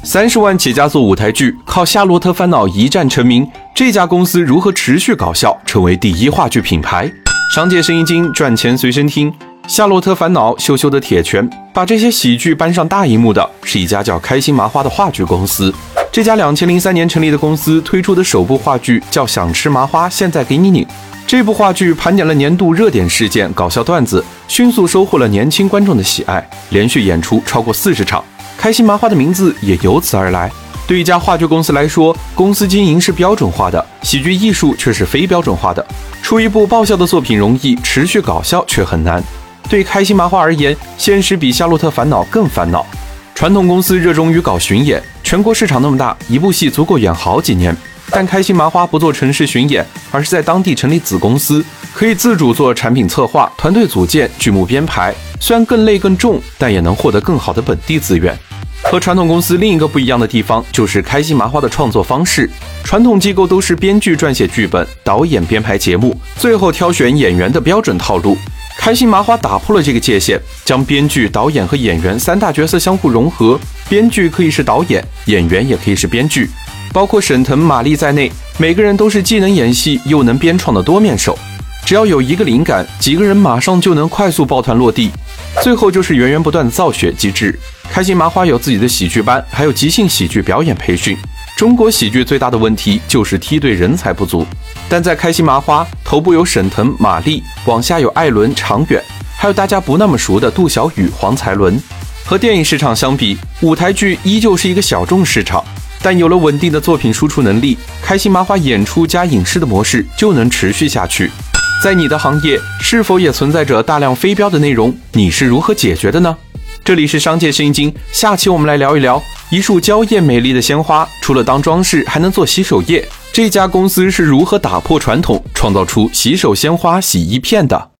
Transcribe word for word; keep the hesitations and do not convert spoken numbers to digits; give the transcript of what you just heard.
三十万起家做舞台剧，靠《夏洛特烦恼》一战成名。这家公司如何持续搞笑，成为第一话剧品牌？商界生意经，赚钱随身听。《夏洛特烦恼》羞羞的铁拳，把这些喜剧搬上大荧幕的是一家叫开心麻花的话剧公司。这家两千零三年成立的公司推出的首部话剧叫《想吃麻花现在给你拧》。这部话剧盘点了年度热点事件、搞笑段子，迅速收获了年轻观众的喜爱，连续演出超过四十场。开心麻花的名字也由此而来。对一家话剧公司来说，公司经营是标准化的，喜剧艺术却是非标准化的。出一部爆笑的作品容易，持续搞笑却很难。对开心麻花而言，现实比夏洛特烦恼更烦恼。传统公司热衷于搞巡演，全国市场那么大，一部戏足够演好几年。但开心麻花不做城市巡演，而是在当地成立子公司，可以自主做产品策划、团队组建、剧目编排。虽然更累更重，但也能获得更好的本地资源。和传统公司另一个不一样的地方，就是开心麻花的创作方式。传统机构都是编剧撰写剧本，导演编排节目，最后挑选演员的标准套路。开心麻花打破了这个界限，将编剧、导演和演员三大角色相互融合。编剧可以是导演，演员也可以是编剧，包括沈腾、马丽在内，每个人都是既能演戏又能编创的多面手。只要有一个灵感，几个人马上就能快速抱团落地。最后就是源源不断的造血机制。开心麻花有自己的喜剧班，还有即兴喜剧表演培训。中国喜剧最大的问题就是梯队人才不足，但在开心麻花，头部有沈腾、马丽，往下有艾伦、常远，还有大家不那么熟的杜小雨、黄才伦。和电影市场相比，舞台剧依旧是一个小众市场，但有了稳定的作品输出能力，开心麻花演出加影视的模式就能持续下去。在你的行业是否也存在着大量非标的内容？你是如何解决的呢？这里是商界生意经，下期我们来聊一聊一束娇艳美丽的鲜花，除了当装饰还能做洗手液，这家公司是如何打破传统，创造出洗手鲜花洗衣片的？